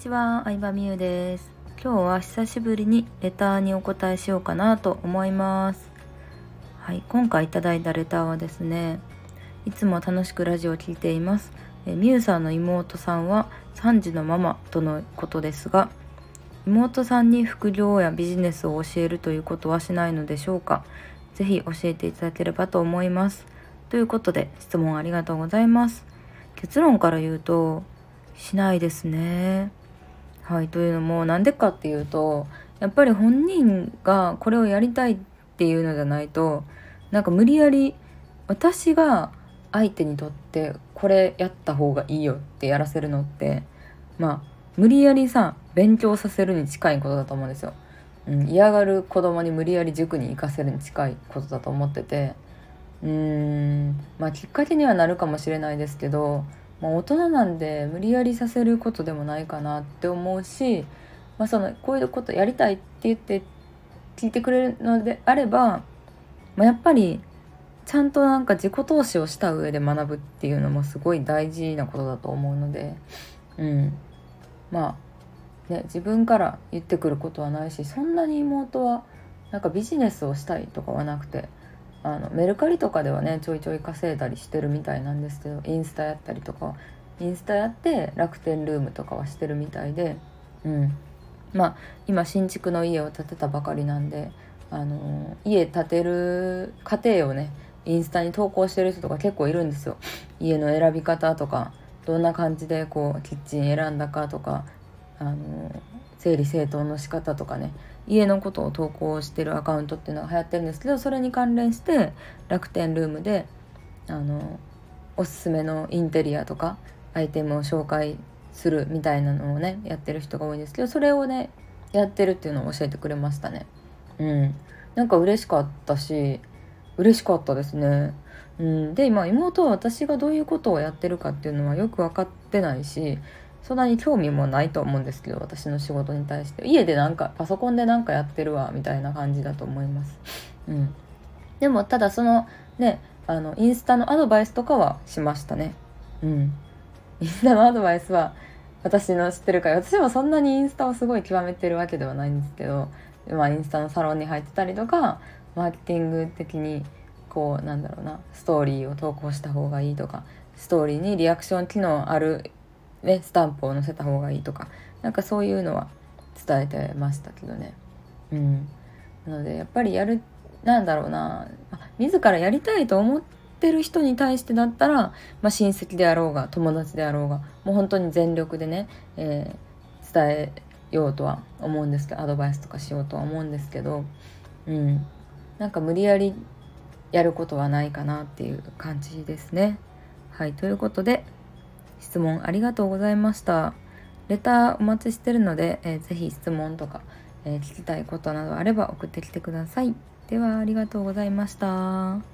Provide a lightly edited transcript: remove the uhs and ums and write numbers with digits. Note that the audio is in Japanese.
ちは、相葉美優です。今日は久しぶりにレターにお答えしようかなと思います。はい、今回いただいたレターはですね、いつも楽しくラジオを聞いています。美優さんの妹さんは3児のママとのことですが、妹さんに副業やビジネスを教えるということはしないのでしょうか。ぜひ教えていただければと思います。ということで、質問ありがとうございます。結論から言うと、しないですね。はい、というのもなんでかっていうと、やっぱり本人がこれをやりたいっていうのじゃないと、なんか無理やり私が相手にとってこれやった方がいいよってやらせるのって、無理やりさ勉強させるに近いことだと思うんですよ。嫌がる子供に無理やり塾に行かせるに近いことだと思ってて、きっかけにはなるかもしれないですけど、大人なんで無理やりさせることでもないかなって思うし、こういうことやりたいって言って聞いてくれるのであれば、やっぱりちゃんとなんか自己投資をした上で学ぶっていうのもすごい大事なことだと思うので、自分から言ってくることはないし、そんなに妹はなんかビジネスをしたいとかはなくて、メルカリとかではねちょいちょい稼いだりしてるみたいなんですけど、インスタやったりとか、インスタやって楽天ルームとかはしてるみたいで、今新築の家を建てたばかりなんで、家建てる過程をねインスタに投稿してる人とか結構いるんですよ。家の選び方とか、どんな感じでこうキッチン選んだかとか、整理整頓の仕方とかね、家のことを投稿してるアカウントっていうのが流行ってるんですけど、それに関連して楽天ルームでおすすめのインテリアとかアイテムを紹介するみたいなのをねやってる人が多いんですけど、それをねやってるっていうのを教えてくれましたね。なんか嬉しかったですね。で今妹は私がどういうことをやってるかっていうのはよく分かってないし、そんなに興味もないと思うんですけど、私の仕事に対して家でなんかパソコンでなんかやってるわみたいな感じだと思います。でもただそのね、インスタのアドバイスとかはしましたね。インスタのアドバイスは私の知ってるから、私もそんなにインスタをすごい極めてるわけではないんですけど、インスタのサロンに入ってたりとか、マーケティング的にこうストーリーを投稿した方がいいとか、ストーリーにリアクション機能あるスタンプを載せた方がいいとか、なんかそういうのは伝えてましたけどね。なのでやっぱり自らやりたいと思ってる人に対してだったら、親戚であろうが友達であろうが、もう本当に全力でね、伝えようとは思うんですけど、アドバイスとかしようとは思うんですけど、なんか無理やりやることはないかなっていう感じですね。はい、ということで質問ありがとうございました。レターお待ちしてるので、ぜひ質問とか、聞きたいことなどあれば送ってきてください。ではありがとうございました。